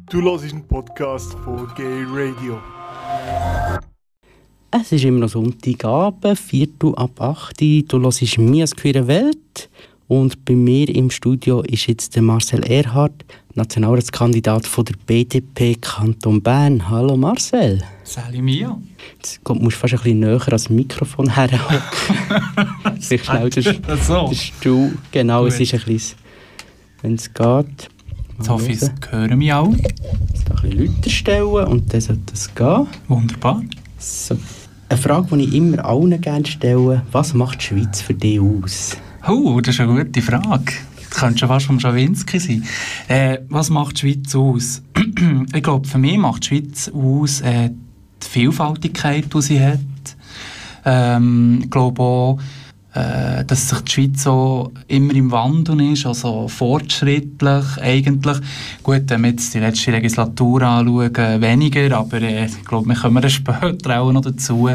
Du hörst einen Podcast von Gay Radio. Es ist immer noch Sonntagabend, 7:45. Du hörst «Mias queere Welt». Und bei mir im Studio ist jetzt der Marcel Erhardt, Nationalratskandidat von der BDP Kanton Bern. Hallo Marcel. Salut Mia. Jetzt musst du fast ein bisschen näher ans Mikrofon herhocken. Vielleicht schnell den Stuhl. Genau, gut. Es ist ein bisschen, wenn es geht. Jetzt hoffe ich, es hören mich auch. Jetzt ein bisschen lauter stellen und dann sollte es gehen. Wunderbar. So. Eine Frage, die ich immer allen gerne stelle: Was macht die Schweiz für dich aus? Oh, das ist eine gute Frage. Das könnte schon fast vom Schawinski sein. Was macht die Schweiz aus? Ich glaube, für mich macht die Schweiz aus die Vielfältigkeit, die sie hat. Ich glaube auch, dass sich die Schweiz so immer im Wandel ist, also fortschrittlich eigentlich. Gut, wenn wir jetzt die letzte Legislatur anschauen, weniger, aber ich glaube, wir kommen dann später auch noch dazu.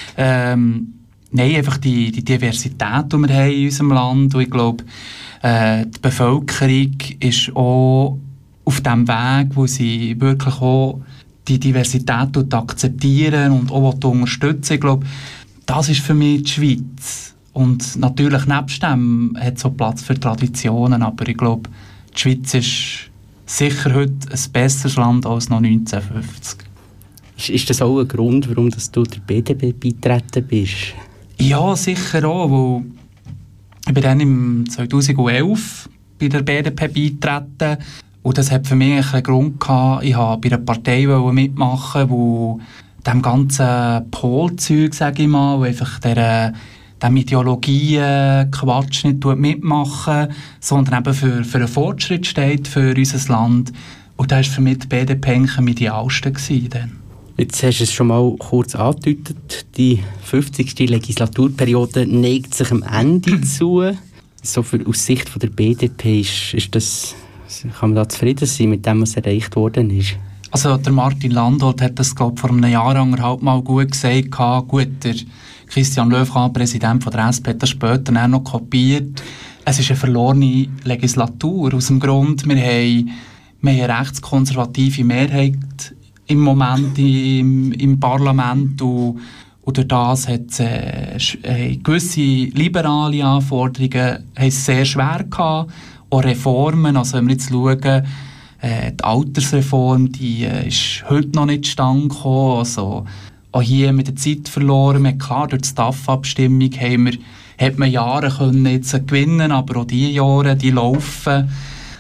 Nein, einfach die Diversität, die wir haben in unserem Land. Und ich glaube, die Bevölkerung ist auch auf dem Weg, wo sie wirklich auch die Diversität akzeptieren und auch unterstützen. Ich glaube, das ist für mich die Schweiz. Und natürlich nebst dem hat es auch Platz für Traditionen, aber ich glaube, die Schweiz ist sicher heute ein besseres Land als noch 1950. Ist das auch ein Grund, warum du der BDP beitreten bist? Ja, sicher auch, weil ich bin dann im 2011 bei der BDP beitreten und das hat für mich einen Grund gehabt. Ich wollte bei einer Partei mitmachen, die dem ganzen Polzeug, sage ich mal, wo einfach dem Ideologien-Quatsch nicht mitmachen, sondern eben für einen Fortschritt steht für unser Land. Und da war für mich die BDP eigentlich am idealsten gewesen. Jetzt hast du es schon mal kurz angedeutet, die 50. Legislaturperiode neigt sich am Ende zu. So aus Sicht von der BDP ist das, kann man da zufrieden sein mit dem, was erreicht worden ist? Also der Martin Landolt hat das, glaube ich, vor einem Jahr anderthalb Mal gut gesagt. Gut, der Christian Löwkan, Präsident von der SP, hat das später noch kopiert. Es ist eine verlorene Legislatur aus dem Grund, wir haben eine rechtskonservative Mehrheit im Moment im Parlament und durch das hat es gewisse liberale Anforderungen sehr schwer gehabt. Auch Reformen, also wenn wir jetzt schauen, die Altersreform, die ist heute noch nicht zustande gekommen. Also auch hier mit der Zeit verloren. Klar, durch die Staff-Abstimmung hat man Jahre können jetzt gewinnen, aber auch diese Jahre, die laufen.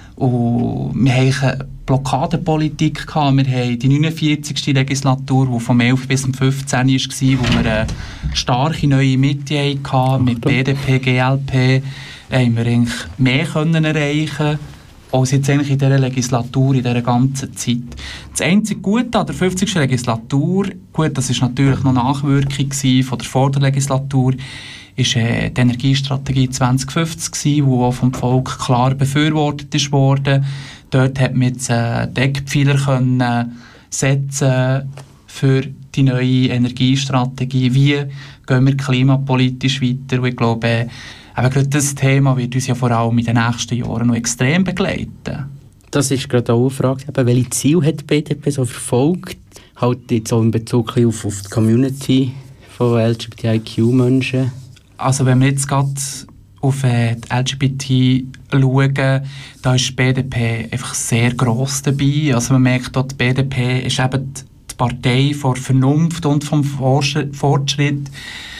Und wir hatten eine Blockadenpolitik gehabt. Wir haben die 49. Legislatur, die vom 11 bis zum 15 war, wo wir eine starke neue Mitte hatten. Mit BDP, GLP haben wir eigentlich mehr können erreichen als jetzt eigentlich in dieser Legislatur, in dieser ganzen Zeit. Das einzige Gute an der 50. Legislatur, gut, das war natürlich noch Nachwirkung von der Vorderlegislatur, ist die Energiestrategie 2050 die auch vom Volk klar befürwortet wurde. Dort hat man jetzt Deckpfeiler können setzen für die neue Energiestrategie. Wie gehen wir klimapolitisch weiter? Und ich glaube, aber gerade das Thema wird uns ja vor allem in den nächsten Jahren noch extrem begleiten. Das ist gerade auch eine Frage, welche Ziele hat die BDP so verfolgt? Halt jetzt auch in Bezug auf die Community von LGBTIQ-Menschen. Also wenn wir jetzt gerade auf die LGBT schauen, da ist die BDP einfach sehr gross dabei. Also man merkt, dass die BDP ist eben die Partei von Vernunft und vom Fortschritt.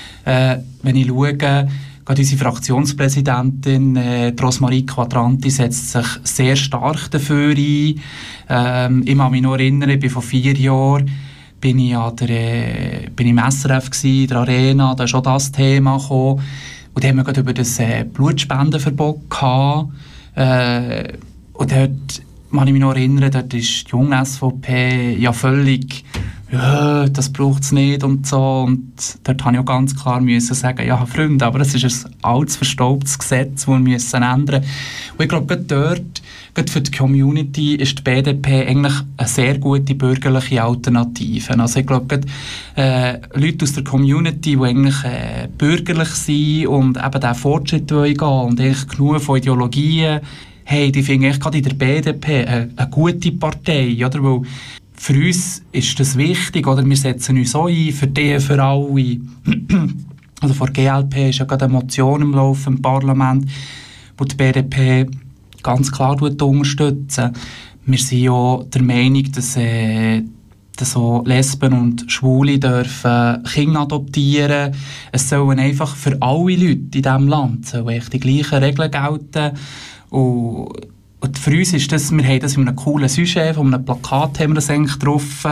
Wenn ich schaue, gerade unsere Fraktionspräsidentin Rosmarie Quadranti setzt sich sehr stark dafür ein. Ich kann mich noch erinnern, ich bin vor 4 Jahren bin ich im SRF gsi, in der Arena, da ist auch das Thema gekommen. Und da haben wir gerade über das Blutspendenverbot gehabt. Und dort kann ich mich noch erinnern, dort ist die junge SVP ja völlig, ja, das braucht es nicht und so. Und dort musste ich auch ganz klar sagen, ja Freunde, aber das ist ein altes, verstaubtes Gesetz, das wir müssen ändern müssen. Und ich glaube, gerade dort, gerade für die Community, ist die BDP eigentlich eine sehr gute bürgerliche Alternative. Also ich glaube, Leute aus der Community, die eigentlich bürgerlich sind und eben diesen Fortschritt gehen wollen und eigentlich genug von Ideologien hey, die finde ich gerade in der BDP eine gute Partei, oder? Weil für uns ist das wichtig, oder? Wir setzen uns auch ein, für die, für alle. Also vor GLP ist ja gerade eine Motion im Laufe im Parlament, die die BDP ganz klar unterstützen. Wir sind ja der Meinung, dass so Lesben und Schwule dürfen Kinder adoptieren. Es sollen einfach für alle Leute in diesem Land sollen die gleichen Regeln gelten. Und für uns ist das, wir haben das in einem coolen Sujet, von einem Plakat haben wir das eigentlich drauf.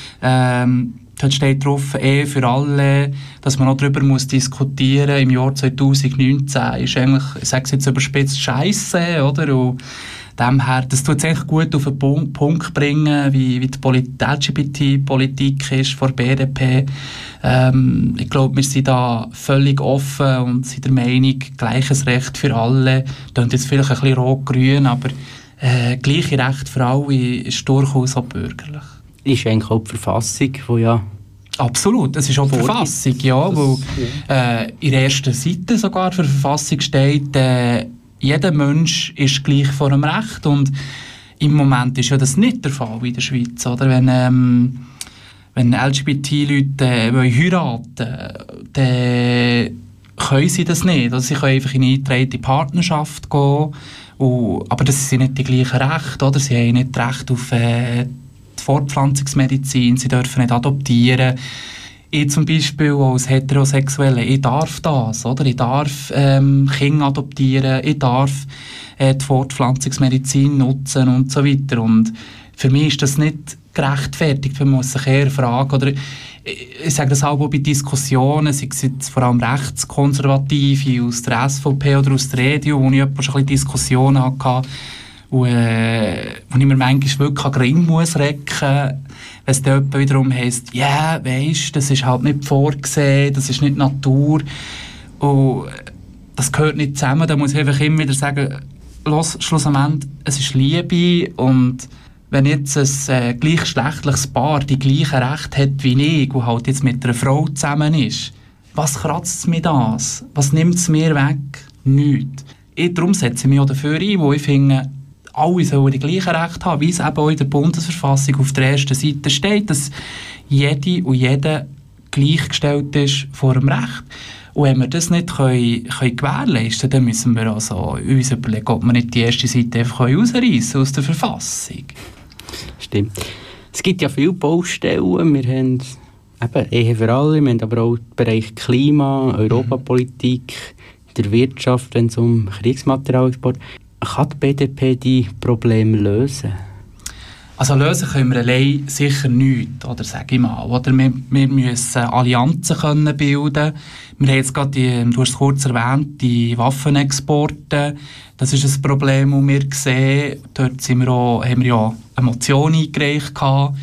Dort steht drauf, für alle, dass man noch darüber muss diskutieren im Jahr 2019 ist eigentlich, ich sage es jetzt überspitzt, Scheisse, oder? Und demher, das tut es eigentlich gut auf den Punkt bringen, wie die LGBT-Politik ist von der BDP. Ich glaube, wir sind da völlig offen und sind der Meinung, gleiches Recht für alle. Das ist jetzt vielleicht ein bisschen rot-grün, aber gleiche Recht für alle ist durchaus auch bürgerlich. Ist eigentlich auch die Verfassung, die ja... Absolut, das ist auch die Verfassung, ja, weil in der ersten Seite sogar für die Verfassung steht, jeder Mensch ist gleich vor dem Recht, und im Moment ist ja das nicht der Fall in der Schweiz, oder? Wenn LGBT-Leute heiraten wollen, dann können sie das nicht. Also sie können einfach in eine eingetragene Partnerschaft gehen, aber das sind nicht die gleichen Rechte, oder? Sie haben nicht Recht auf die Fortpflanzungsmedizin, sie dürfen nicht adoptieren. Ich zum Beispiel als Heterosexuelle, ich darf das, oder? Ich darf Kinder adoptieren, ich darf die Fortpflanzungsmedizin nutzen und so weiter. Und für mich ist das nicht gerechtfertigt. Man muss sich eher fragen, oder ich sage das auch bei Diskussionen, sei es jetzt vor allem Rechtskonservative aus der SVP oder aus der EDU, wo ich schon ein bisschen Diskussionen hatte, wo ich mir manchmal wirklich an den Ring muss recken, wenn es dann wiederum heisst, ja, weisst, das ist halt nicht vorgesehen, das ist nicht Natur, und das gehört nicht zusammen. Da muss ich einfach immer wieder sagen, schlussendlich, es ist Liebe, und wenn jetzt ein gleichgeschlechtliches Paar die gleichen Rechte hat wie ich, und halt jetzt mit einer Frau zusammen ist, was kratzt es mir das? Was nimmt es mir weg? Nichts. Darum setze ich mich auch dafür ein, wo ich finde, alle sollen die gleichen Rechte haben, wie es eben auch in der Bundesverfassung auf der ersten Seite steht, dass jede und jeder gleichgestellt ist vor dem Recht. Und wenn wir das nicht können gewährleisten können, dann müssen wir also uns überlegen, ob wir nicht die erste Seite einfach rausreißen aus der Verfassung. Stimmt. Es gibt ja viele Baustellen. Wir haben eben Ehe für alle, wir haben aber auch den Bereich Klima, Europapolitik, der Wirtschaft, wenn es um Kriegsmaterialexport geht. Kann die BDP die Probleme lösen? Also lösen können wir allein sicher nichts, oder sage ich mal. Oder wir müssen Allianzen können bilden. Wir haben jetzt gerade, du hast es kurz erwähnt, die Waffenexporte. Das ist ein Problem, das wir sehen. Dort haben wir ja eine Motion eingereicht,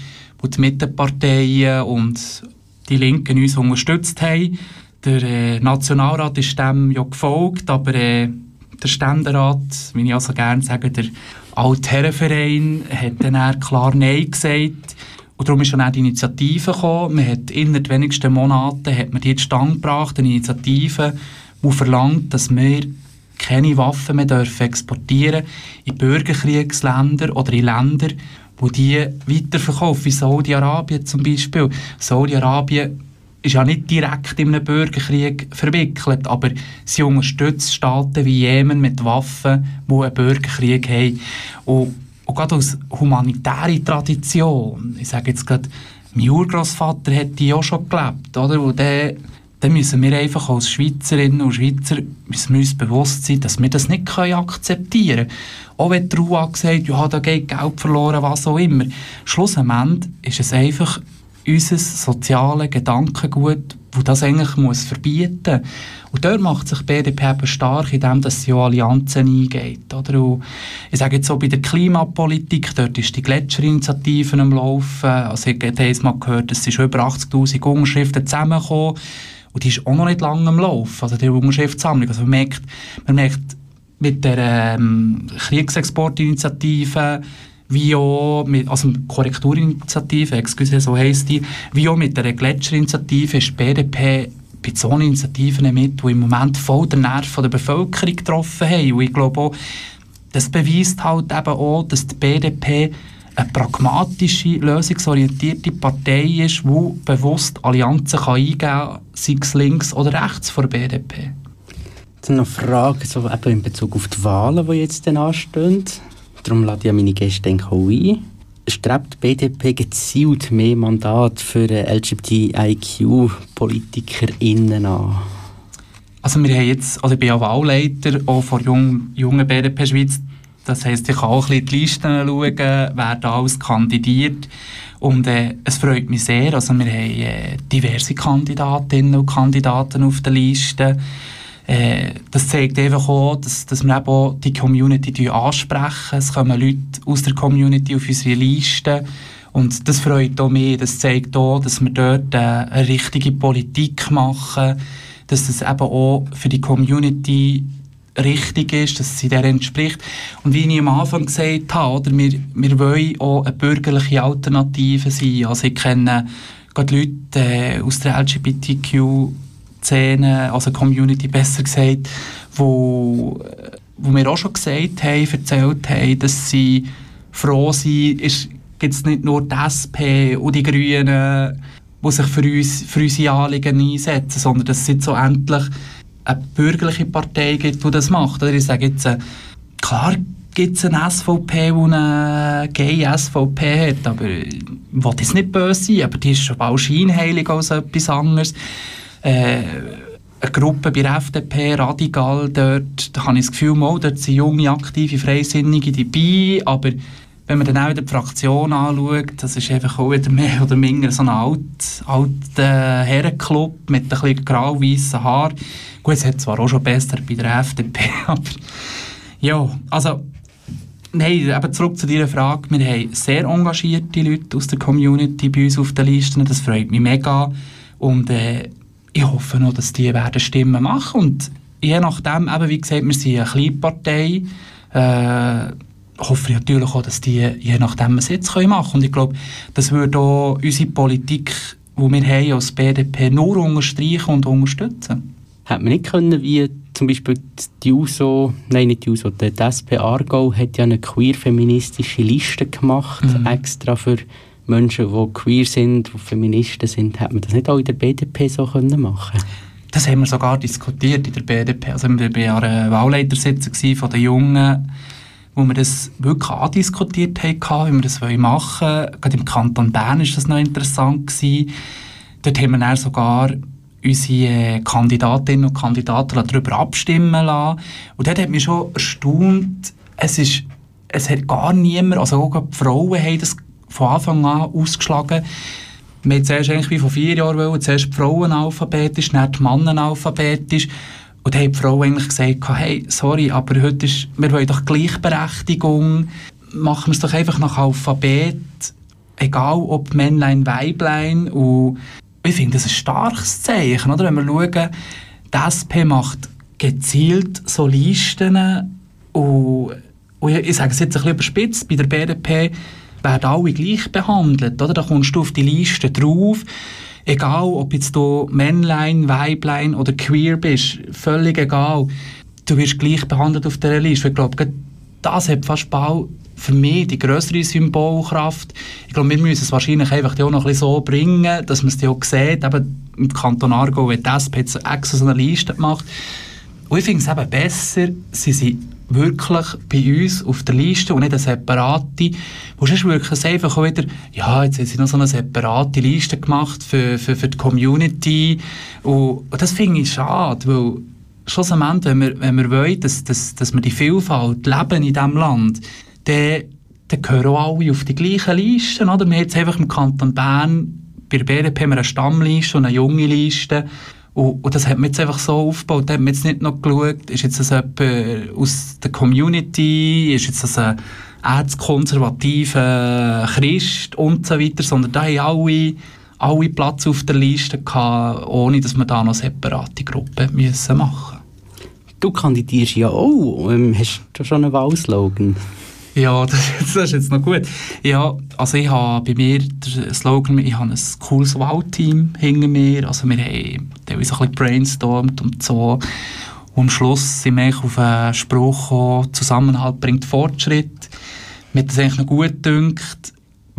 wo die Mitteparteien und die Linken uns unterstützt haben. Der Nationalrat ist dem ja gefolgt, aber der Ständerat, wie ich also gerne sage, der Altherrenverein, hat dann klar Nein gesagt. Und darum ist dann auch die Initiative gekommen. Man hat innerhalb der wenigsten Monate hat man die zustande gebracht, eine Initiative, die verlangt, dass wir keine Waffen mehr dürfen exportieren in Bürgerkriegsländer oder in Länder, wo die weiterverkaufen, wie Saudi-Arabien zum Beispiel. Saudi-Arabien ist ja nicht direkt in einen Bürgerkrieg verwickelt, aber sie unterstützt Staaten wie Jemen mit Waffen, die einen Bürgerkrieg haben. Und gerade aus humanitärer Tradition, ich sage jetzt gerade, mein Urgroßvater hat die auch schon gelebt, oder? Und dann müssen wir einfach als Schweizerinnen und Schweizer müssen wir uns bewusst sein, dass wir das nicht akzeptieren können. Auch wenn die Ruhe sagt, ja, da geht Geld verloren, was auch immer. Schlussendlich ist es einfach unser soziales Gedankengut, das das eigentlich muss verbieten muss. Und dort macht sich die BDP eben stark, indem sie auch Allianzen eingeht. Oder? Und ich sage jetzt so, bei der Klimapolitik, dort ist die Gletscherinitiative am Laufen. Also ich habe einmal gehört, es sind über 80'000 Unterschriften zusammengekommen. Und die ist auch noch nicht lange am Laufen, also die Unterschriftssammlung. Also man merkt mit der Kriegsexportinitiative, wie auch also Korrekturinitiative, so heisst die, wie auch mit der Gletscherinitiative ist die BDP bei so Initiativen mit, die im Moment voll den Nerv der Bevölkerung getroffen haben. Und ich glaube auch, das beweist halt eben auch, dass die BDP eine pragmatische, lösungsorientierte Partei ist, die bewusst Allianzen eingehen kann, sei es links oder rechts von der BDP. Dann noch Fragen so eben in Bezug auf die Wahlen, die jetzt dann anstehen. Darum lade ich ja meine Gäste auch ein. Strebt die BDP gezielt mehr Mandat für LGBTIQ-PolitikerInnen an? Also wir haben jetzt, also ich bin ja Wahlleiter auch von jungen BDP Schweiz. Das heisst, ich kann auch ein bisschen die Listen schauen, wer da alles kandidiert. Und es freut mich sehr. Also wir haben diverse Kandidatinnen und Kandidaten auf der Liste. Das zeigt einfach auch, dass wir eben auch die Community ansprechen. Es kommen Leute aus der Community auf unsere Liste. Und das freut auch mich. Das zeigt auch, dass wir dort eine richtige Politik machen. Dass das eben auch für die Community richtig ist, dass sie der entspricht. Und wie ich am Anfang gesagt habe, oder, wir wollen auch eine bürgerliche Alternative sein. Also ich kenne gerade Leute aus der LGBTQ-Szene, also Community besser gesagt, wo mir auch schon gesagt haben, erzählt haben, dass sie froh sind, gibt es nicht nur die SP und die Grünen, die sich für unsere Anliegen einsetzen, sondern dass es jetzt so endlich eine bürgerliche Partei gibt, die das macht. Oder ich sage jetzt, klar gibt es eine SVP, die eine Gay-SVP hat, aber ich will das nicht böse sein, aber die ist schon bald scheinheilig als etwas anderes. Eine Gruppe bei der FDP, radikal, dort da habe ich das Gefühl, dort sind junge, aktive, Freisinnige dabei, aber wenn man dann auch wieder die Fraktion anschaut, das ist einfach auch wieder mehr oder weniger so ein alter Herrenclub mit ein bisschen grau-weissen Haaren. Gut, es hat zwar auch schon besser bei der FDP, aber ja, also nein, eben zurück zu deiner Frage. Wir haben sehr engagierte Leute aus der Community bei uns auf den Listen, das freut mich mega und ich hoffe noch, dass die werden Stimmen machen und je nachdem, eben wie gesagt, wir sind eine Kleinpartei, hoffe ich natürlich auch, dass die je nachdem einen Sitz machen können. Und ich glaube, das würde auch unsere Politik, die wir haben als BDP, nur unterstreichen und unterstützen. Hätte man nicht können, wie zum Beispiel die USO, nein nicht die USO, die SP Aargau hat ja eine queer-feministische Liste gemacht, extra für Menschen, die queer sind, die Feministen sind. Hätte man das nicht auch in der BDP so können machen? Das haben wir sogar diskutiert in der BDP. Also wir waren ja eine Wahlleitersitzung von den Jungen, wo wir das wirklich andiskutiert haben, wie wir das machen wollen. Gerade im Kanton Bern war das noch interessant gewesen. Dort haben wir dann sogar unsere Kandidatinnen und Kandidaten darüber abstimmen lassen. Und dort hat mich schon erstaunt, es hat gar niemand, also auch die Frauen haben das von Anfang an ausgeschlagen. Wir wollten zuerst eigentlich wie vor 4 Jahren, zuerst die Frauen alphabetisch, dann die Männer alphabetisch. Und dann haben die Frauen eigentlich gesagt, hey, sorry, aber wir wollen doch Gleichberechtigung, machen wir es doch einfach nach Alphabet, egal ob Männlein, Weiblein. Und ich finde, das ist ein starkes Zeichen, oder? Wenn wir schauen, die SP macht gezielt so Listen und ich sage es jetzt ein bisschen überspitzt, bei der BDP werden alle gleich behandelt, oder? Da kommst du auf die Liste drauf, egal ob jetzt du Männlein, Weiblein oder queer bist, völlig egal, du wirst gleich behandelt auf dieser Liste. Ich glaube, das hat fast bald für mich die grössere Symbolkraft. Ich glaube, wir müssen es wahrscheinlich einfach auch noch ein bisschen so bringen, dass man es auch sieht. Eben im Kanton Aargau hat die SP jetzt extra so eine Liste gemacht. Und ich finde es eben besser, sie sind wirklich bei uns auf der Liste und nicht eine separate. Wo sonst wirklich es einfach auch wieder, ja, jetzt haben sie noch so eine separate Liste gemacht für die Community. Und das finde ich schade, weil schlussendlich, wenn wir wollen, dass wir die Vielfalt leben in diesem Land, dann gehören auch alle auf die gleichen Listen. Oder? Wir haben jetzt einfach im Kanton Bern, bei der BDP haben wir eine Stammliste und eine junge Liste. Und das hat man jetzt einfach so aufgebaut. Da hat man jetzt nicht noch geschaut, ist jetzt das jemand aus der Community, ist jetzt das ein erzkonservativer Christ und so weiter, sondern da haben alle Platz auf der Liste gehabt, ohne dass wir da noch separate Gruppen müssen machen. Du kandidierst ja auch. Hast du schon einen Wahlslogan? Ja, das ist jetzt noch gut. Ja, also ich habe bei mir den Slogan, ich habe ein cooles Wahlteam hinter mir. Also wir haben teilweise ein bisschen brainstormt und so. Und am Schluss sind wir auf einen Spruch gekommen, Zusammenhalt bringt Fortschritt. Mir hat das eigentlich noch gut gedacht,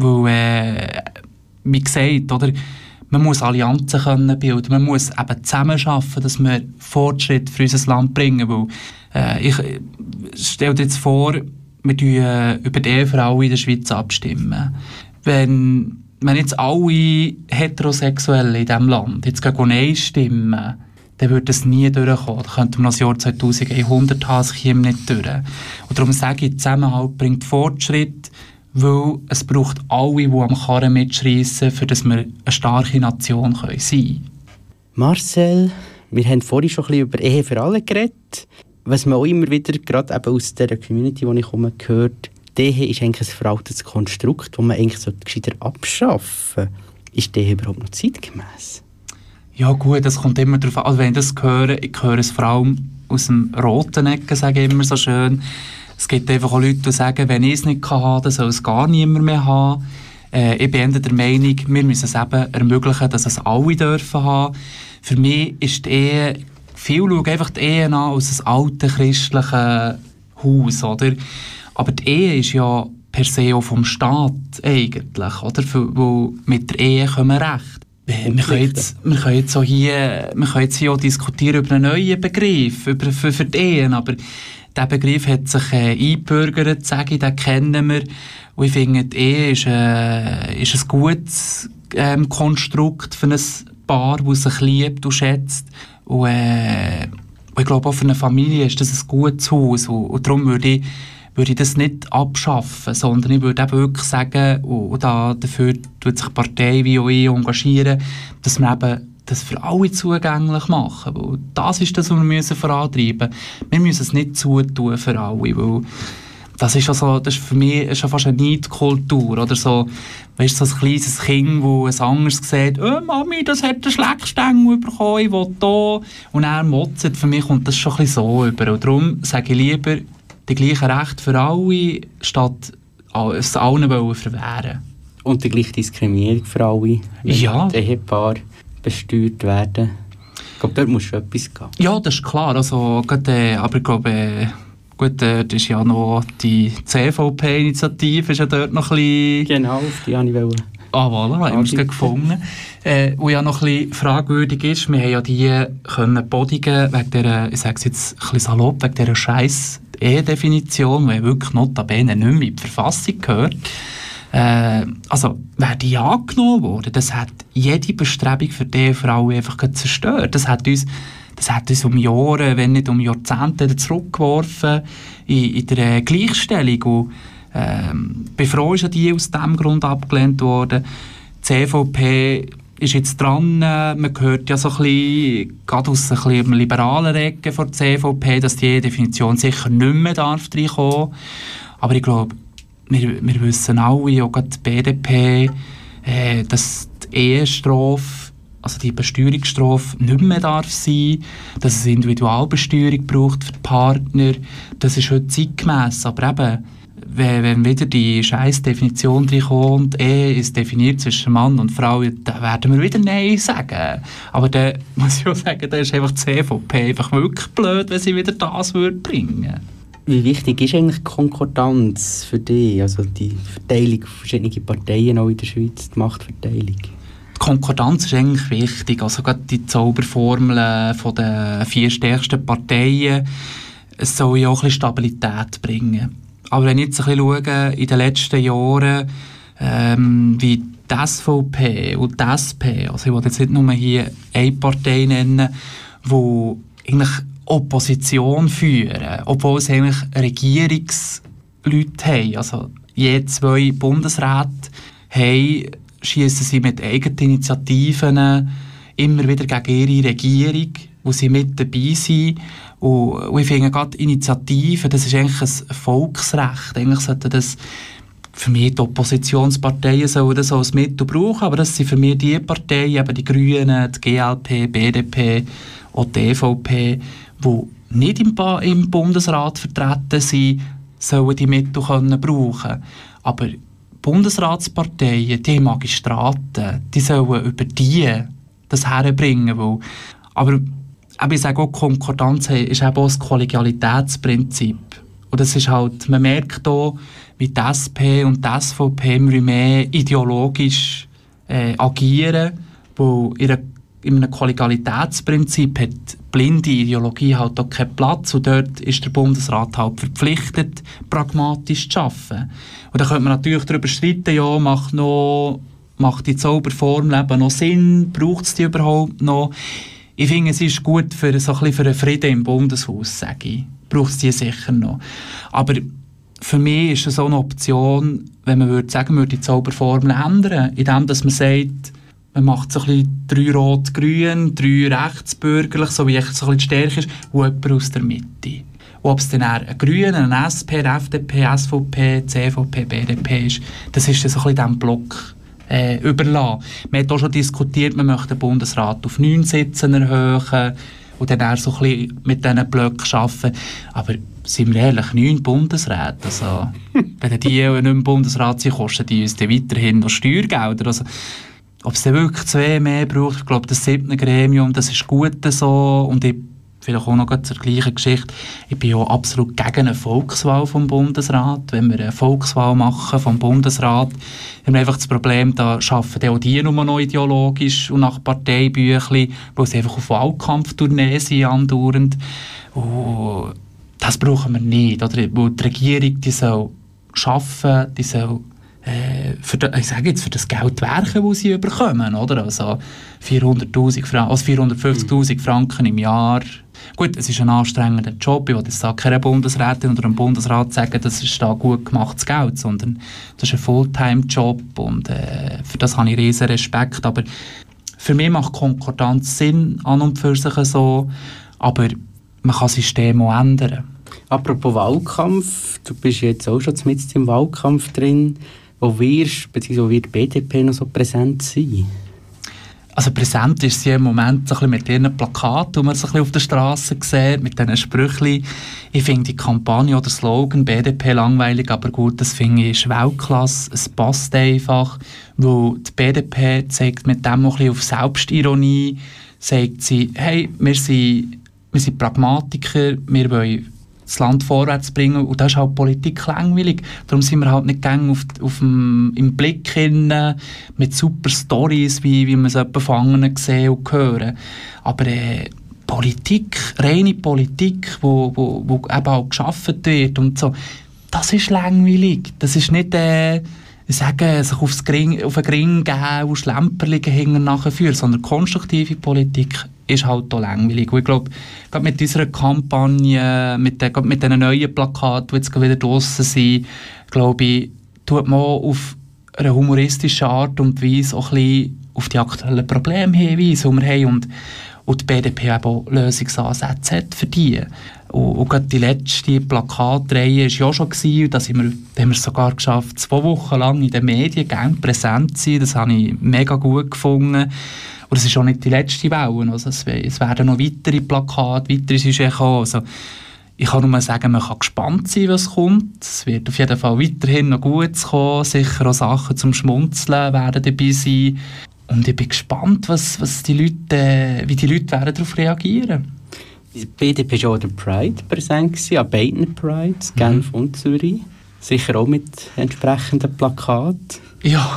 weil, wie gesagt, oder, man muss Allianzen können bilden, man muss eben zusammenarbeiten, dass wir Fortschritt für unser Land bringen. Weil, ich stelle dir jetzt vor, wir stimmen über die Ehe für alle in der Schweiz abstimmen. Wenn jetzt alle Heterosexuellen in diesem Land jetzt gegen Nein stimmen, dann würde das nie durchkommen. Da könnte man noch das Jahr 2100 haben, es käme nicht durch. Und darum sage ich, Zusammenhalt bringt Fortschritt, weil es braucht alle, die am Karren mitschreissen, für dass wir eine starke Nation sein können. Marcel, wir haben vorhin schon ein bisschen über Ehe für alle geredet. Was man auch immer wieder, gerade eben aus der Community, die ich komme, gehört, die Ehe ist eigentlich ein veraltetes Konstrukt, das man eigentlich gescheiter abschaffen sollte. Ist die Ehe überhaupt noch zeitgemäss? Ja gut, das kommt immer darauf an. Also wenn ich das höre, ich höre es vor allem aus dem roten Ecken, sage ich immer so schön. Es gibt einfach auch Leute, die sagen, wenn ich es nicht haben kann, dann soll es gar niemand mehr haben. Ich bin der Meinung, wir müssen es eben ermöglichen, dass es alle dürfen haben. Für mich ist die Ehe, viele schauen einfach die Ehe an aus einem alten christlichen Haus, oder? Aber die Ehe ist ja per se auch vom Staat eigentlich, oder? Weil mit der Ehe kommen Rechte. Wir können jetzt hier auch diskutieren über einen neuen Begriff für die Ehen, aber dieser Begriff hat sich eingebürgert, sage ich, den kennen wir. Und ich finde, die Ehe ist ein gutes Konstrukt für ein Paar, das sich liebt und schätzt. Und ich glaube, auch für eine Familie ist das ein gutes Haus. Und darum würde ich das nicht abschaffen, sondern ich würde eben wirklich sagen, und dafür tut sich die Partei wie auch ich engagieren, dass wir eben das für alle zugänglich machen. Weil das ist das, was wir vorantreiben müssen. Wir müssen es nicht zutun für alle, weil das ist für mich schon fast eine Neidkultur. Oder so, weißt du, so ein kleines Kind, das ein anderes sieht, Mami, das hat einen Schleckstängel bekommen, ich will da. Und er motzt. Für mich kommt das schon ein bisschen so über. Und darum sage ich lieber, die gleichen Rechte für alle, statt es allen verwehren. Und die gleiche Diskriminierung für alle, wenn die Ehepaare besteuert werden. Ich glaube, dort muss schon etwas gehen. Ja, das ist klar. Also, aber ich glaube, gut, dort ist ja noch die CVP-Initiative ist ja dort noch ein bisschen... Genau, auf die habe ich wollen. Voilà, haben wir es gefunden. Wo ja noch ein bisschen fragwürdig ist, wir haben ja die können bodigen wegen dieser, ich sage es jetzt ein bisschen salopp, wegen dieser scheiß Ehe-Definition, die wirklich notabene nicht mehr in die Verfassung gehört. Also, wäre die angenommen worden, das hat jede Bestrebung für die Ehefrau einfach zerstört. Das hat uns um Jahre, wenn nicht um Jahrzehnte zurückgeworfen in der Gleichstellung. Und, bevor ist die aus diesem Grund abgelehnt worden. Die CVP ist jetzt dran, man hört ja so ein bisschen, gerade aus einem liberalen Ecke von der CVP, dass die Definition sicher nicht mehr reinkommen darf. Aber ich glaube, wir wissen alle, auch gerade die BDP, dass die Ehestrafe, also die Besteuerungsstrafe, nicht mehr darf sein, dass es Individualbesteuerung braucht für die Partner. Das ist heute zeitgemäss, aber eben, wenn wieder die scheiß Definition reinkommt, Ehe ist definiert zwischen Mann und Frau, dann werden wir wieder Nein sagen. Aber dann muss ich auch sagen, da ist einfach die CVP einfach wirklich blöd, wenn sie wieder das bringen würde. Wie wichtig ist eigentlich Konkordanz für dich? Also die Verteilung verschiedener Parteien auch in der Schweiz, die Machtverteilung? Die Konkordanz ist eigentlich wichtig. Also gerade die Zauberformel von den 4 stärksten Parteien, es soll ja auch ein bisschen Stabilität bringen. Aber wenn ich jetzt ein bisschen schaue, in den letzten Jahren, wie die SVP und die SP, also ich will jetzt nicht nur hier eine Partei nennen, die eigentlich Opposition führen, obwohl es eigentlich Regierungsleute haben. Also je 2 Bundesräte haben, schiessen sie mit eigenen Initiativen immer wieder gegen ihre Regierung, wo sie mit dabei sind. Und ich finde gerade Initiativen, das ist eigentlich ein Volksrecht. Eigentlich sollten das für mich die Oppositionsparteien sollen das als Mittel brauchen, aber das sind für mich die Parteien, eben die Grünen, die GLP, die BDP, auch die EVP, die nicht im Bundesrat vertreten sind, sollen die Mittel brauchen. Aber Bundesratsparteien, die Magistraten, die sollen über die das herbringen. Aber aber ich sage auch, Konkordanz ist eben auch das Kollegialitätsprinzip. Und das ist halt, man merkt auch, wie die SP und die SVP immer mehr ideologisch agieren, wo in einem Kollegialitätsprinzip hat blinde Ideologie halt auch keinen Platz und dort ist der Bundesrat halt verpflichtet, pragmatisch zu arbeiten. Und da könnte man natürlich darüber streiten, ja, macht die Zauberformel eben noch Sinn, braucht es die überhaupt noch? Ich finde, es ist gut für so ein bisschen für den Frieden im Bundeshaus, sage ich. Braucht es die sicher noch. Aber für mich ist es auch eine Option, wenn man würde sagen, man würde die Zauberformel ändern, indem dass man sagt, man macht so ein bisschen 3 rot-grün, 3 rechtsbürgerlich, so wie echt so ein bisschen die Stärke ist, und jemand aus der Mitte. Und ob es dann ein Grüner, ein SP, ein FDP, SVP, CVP, BDP ist, das ist dann so ein bisschen diesem Block überlassen. Man hat auch schon diskutiert, man möchte den Bundesrat auf 9 Sitze erhöhen und dann so ein bisschen mit diesen Blöcken arbeiten. Aber sind wir ehrlich, 9 Bundesräte, also, wenn die nicht im Bundesrat sind, kosten die uns dann weiterhin noch Steuergelder. Also, ob es dann wirklich 2 mehr braucht, ich glaube, das 7. Gremium, das ist gut so. Und ich, vielleicht auch noch zur gleichen Geschichte, ich bin ja absolut gegen eine Volkswahl vom Bundesrat. Wenn wir eine Volkswahl machen vom Bundesrat, haben wir einfach das Problem, da arbeiten auch die nur noch ideologisch und nach Parteibüchli, wo sie einfach auf Wahlkampftournee sind andauernd. Und das brauchen wir nicht. Oder? Wo die Regierung, die soll arbeiten, die soll für das Geld werken, das sie bekommen, oder? Also 450'000 Franken im Jahr. Gut, es ist ein anstrengender Job. Ich will jetzt keine Bundesrätin oder einem Bundesrat sagen, das ist da gut gemachtes Geld, sondern das ist ein Fulltime-Job und für das habe ich riesen Respekt. Aber für mich macht Konkordanz Sinn, an und für sich so, aber man kann das System auch ändern. Apropos Wahlkampf, du bist jetzt auch schon mitten im Wahlkampf drin. Wo wird die BDP noch so präsent sein? Also präsent ist sie im Moment so ein bisschen mit ihren Plakaten, die man so ein bisschen auf der Straße sieht, mit diesen Sprüchen. Ich finde die Kampagne oder Slogan BDP langweilig, aber gut, das finde ich ist Weltklasse. Es passt einfach, weil die BDP zeigt mit dem auch ein bisschen auf Selbstironie, sagt sie, hey, wir sind Pragmatiker, wir wollen das Land vorwärts bringen und das ist halt Politik langweilig. Darum sind wir halt nicht gerne im Blick hin, mit super Storys, wie wir es etwa von anderen sehen und hören. Aber Politik, reine Politik, wo eben auch geschaffen wird und so, das ist langweilig. Das ist nicht sich auf den Gring geben und Schlemperlinge hinten nachführen, sondern konstruktive Politik ist halt auch langweilig. Und ich glaube, gerade mit unserer Kampagne, mit diesen neuen Plakaten, die jetzt wieder draussen sind, glaube ich, tut man auf eine humoristische Art und Weise auch ein bisschen auf die aktuellen Probleme hinweisen, die wir haben und die BDP eben auch Lösungsansätze hat für die. Und gerade die letzte Plakatreihe war ja schon gewesen, und da haben wir es sogar geschafft, 2 Wochen lang in den Medien präsent zu sein. Das habe ich mega gut gefunden. Und es ist auch nicht die letzte Welle. Also es werden noch weitere Plakate, weitere Sujets kommen. Also ich kann nur sagen, man kann gespannt sein, was kommt. Es wird auf jeden Fall weiterhin noch Gutes kommen. Sicher auch Sachen zum Schmunzeln werden dabei sein. Und ich bin gespannt, wie die Leute werden darauf reagieren. Die BDP war auch an der Pride präsent, an beiden Prides, Genf und Zürich. Sicher auch mit entsprechenden Plakaten. Ja.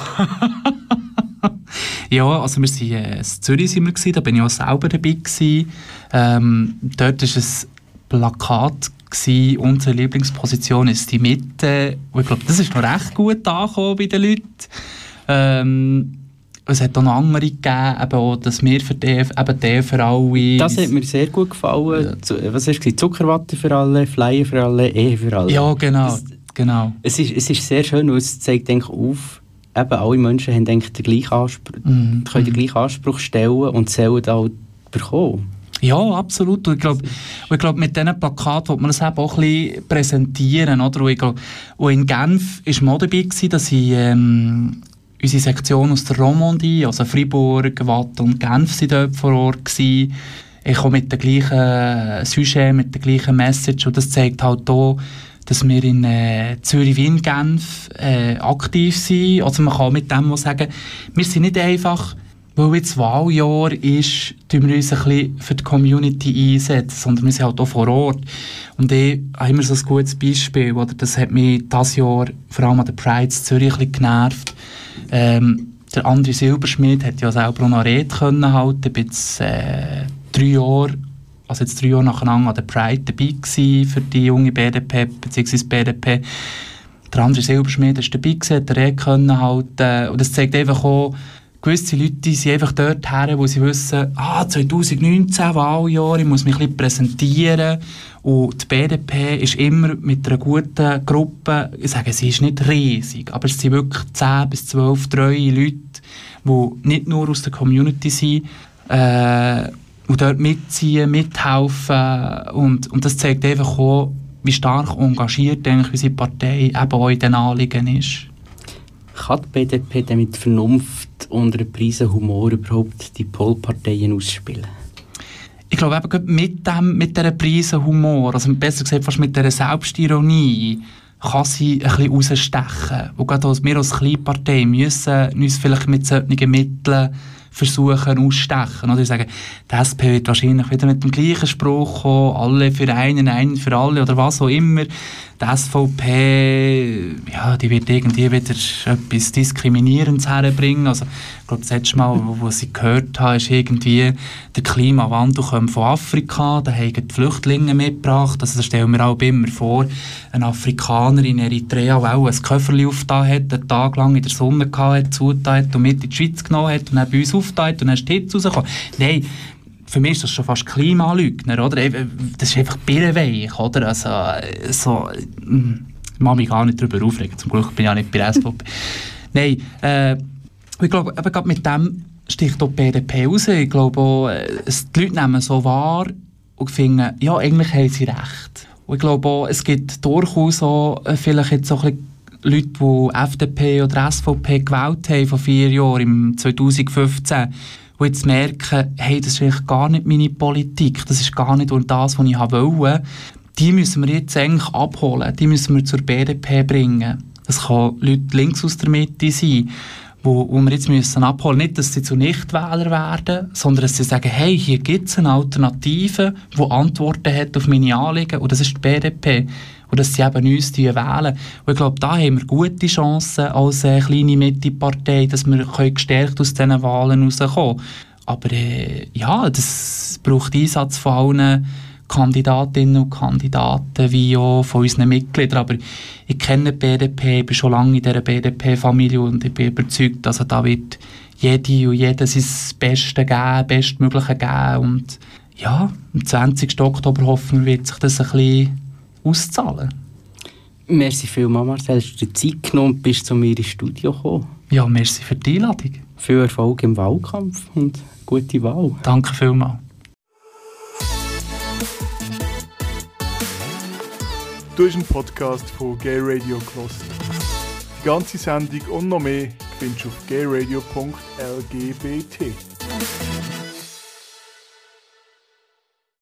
Ja, also wir sind in Zürich da bin ich auch selber dabei gewesen. Dort war ein Plakat gewesen, unsere Lieblingsposition ist die Mitte. Und ich glaube, das ist noch recht gut angekommen bei den Leuten. Es hat auch noch andere gegeben, eben auch, dass wir für die für alle... Das hat mir sehr gut gefallen. Was hast du gesagt? Zuckerwatte für alle, Flyer für alle, Ehe für alle. Ja, genau. Es ist sehr schön, weil es zeigt auf, eben alle Menschen haben den gleichen Anspruch, können den gleichen Anspruch stellen und sollen auch bekommen. Ja, absolut. Und ich glaube, mit diesen Plakaten wollte man das eben auch ein bisschen präsentieren. Oder? Und in Genf war man auch dabei gewesen, dass ich... unsere Sektion aus der Romandie, also Fribourg, Watt und Genf, waren dort vor Ort gewesen. Ich komme mit dem gleichen Sujet, mit der gleichen Message und das zeigt halt auch, dass wir in Zürich, Wien, Genf aktiv sind. Also man kann mit dem auch sagen, wir sind nicht einfach Weil jetzt Wahljahr ist, tun wir uns ein bisschen für die Community einsetzen, sondern wir sind halt auch vor Ort. Und ich habe immer so ein gutes Beispiel, oder? Das hat mich dieses Jahr, vor allem an der Pride in Zürich, ein bisschen genervt. Der André Silberschmidt hat ja selber auch noch eine Rede können halten. Ich bin jetzt 3 Jahre nacheinander an der Pride dabei gewesen für die junge BDP bzw. BDP. Der André Silberschmidt ist dabei gewesen, hat eine Rede können halten. Und das zeigt einfach auch, gewisse Leute sind einfach dort her, wo sie wissen, 2019 Wahljahr, ich muss mich ein bisschen präsentieren. Und die BDP ist immer mit einer guten Gruppe, ich sage, sie ist nicht riesig, aber es sind wirklich 10 bis 12 treue Leute, die nicht nur aus der Community sind, und dort mitziehen, mithelfen. Und das zeigt einfach auch, wie stark engagiert eigentlich unsere Partei eben auch in den Anliegen ist. Kann die BDP denn mit Vernunft und einer Prise Humor überhaupt die Polparteien ausspielen? Ich glaube eben mit dieser Prise Humor, also besser gesagt fast mit dieser Selbstironie, kann sie ein bisschen rausstechen. Und gerade wir als Kleinpartei müssen uns vielleicht mit solchen Mitteln versuchen ausstechen. Oder sagen, die SP wird wahrscheinlich wieder mit dem gleichen Spruch kommen, alle für einen für alle oder was auch immer. Die SVP, ja, die wird irgendwie wieder etwas Diskriminierendes herbringen. Also, ich glaube, das letzte Mal, was ich gehört habe, ist irgendwie, der Klimawandel kommt von Afrika, da haben die Flüchtlinge mitgebracht. Also, das stellen wir auch immer vor, ein Afrikaner in Eritrea, der auch ein Köfferchen aufgetan hat, einen Tag lang in der Sonne gehabt, zugetan hat und mit in die Schweiz genommen hat und dann bei uns aufgetan und dann ist die Hitze rausgekommen. Nein, für mich ist das schon fast Klimalügner, oder? Das ist einfach birrenweich, oder? Also, ich mag mich gar nicht darüber aufregen. Zum Glück bin ich ja nicht bei der SVP. Nein, ich glaube, eben gerade mit dem sticht auch die BDP raus. Ich glaube auch, die Leute nehmen so wahr und finden, ja, eigentlich haben sie recht. Und ich glaube auch, es gibt durchaus auch vielleicht jetzt so ein bisschen Leute, die FDP oder SVP gewählt haben vor 4 Jahren, im 2015, die jetzt merken, hey, das ist eigentlich gar nicht meine Politik, das ist gar nicht das, was ich wollte. Die müssen wir jetzt eigentlich abholen, die müssen wir zur BDP bringen. Das kann Leute links aus der Mitte sein, wo wir jetzt müssen abholen müssen. Nicht, dass sie zu Nichtwähler werden, sondern dass sie sagen, hey, hier gibt es eine Alternative, die Antworten hat auf meine Anliegen, und das ist die BDP. Und dass sie eben uns wählen. Und ich glaube, da haben wir gute Chancen als kleine Mitte-Partei, dass wir gestärkt aus diesen Wahlen rauskommen. Aber ja, das braucht Einsatz von allen Kandidatinnen und Kandidaten, wie auch von unseren Mitgliedern. Aber ich kenne die BDP, ich bin schon lange in dieser BDP-Familie und ich bin überzeugt, also da wird jede und jeder sein Bestes geben, Bestmögliche geben. Und ja, am 20. Oktober hoffen wir, wird sich das ein bisschen auszahlen. Merci vielmals, Marcel, hast du dir Zeit genommen und bist zu mir ins Studio gekommen. Ja, merci für die Einladung. Viel Erfolg im Wahlkampf und gute Wahl. Danke vielmals. Du hast einen Podcast von Gay Radio gehört. Die ganze Sendung und noch mehr findest du auf gayradio.lgbt.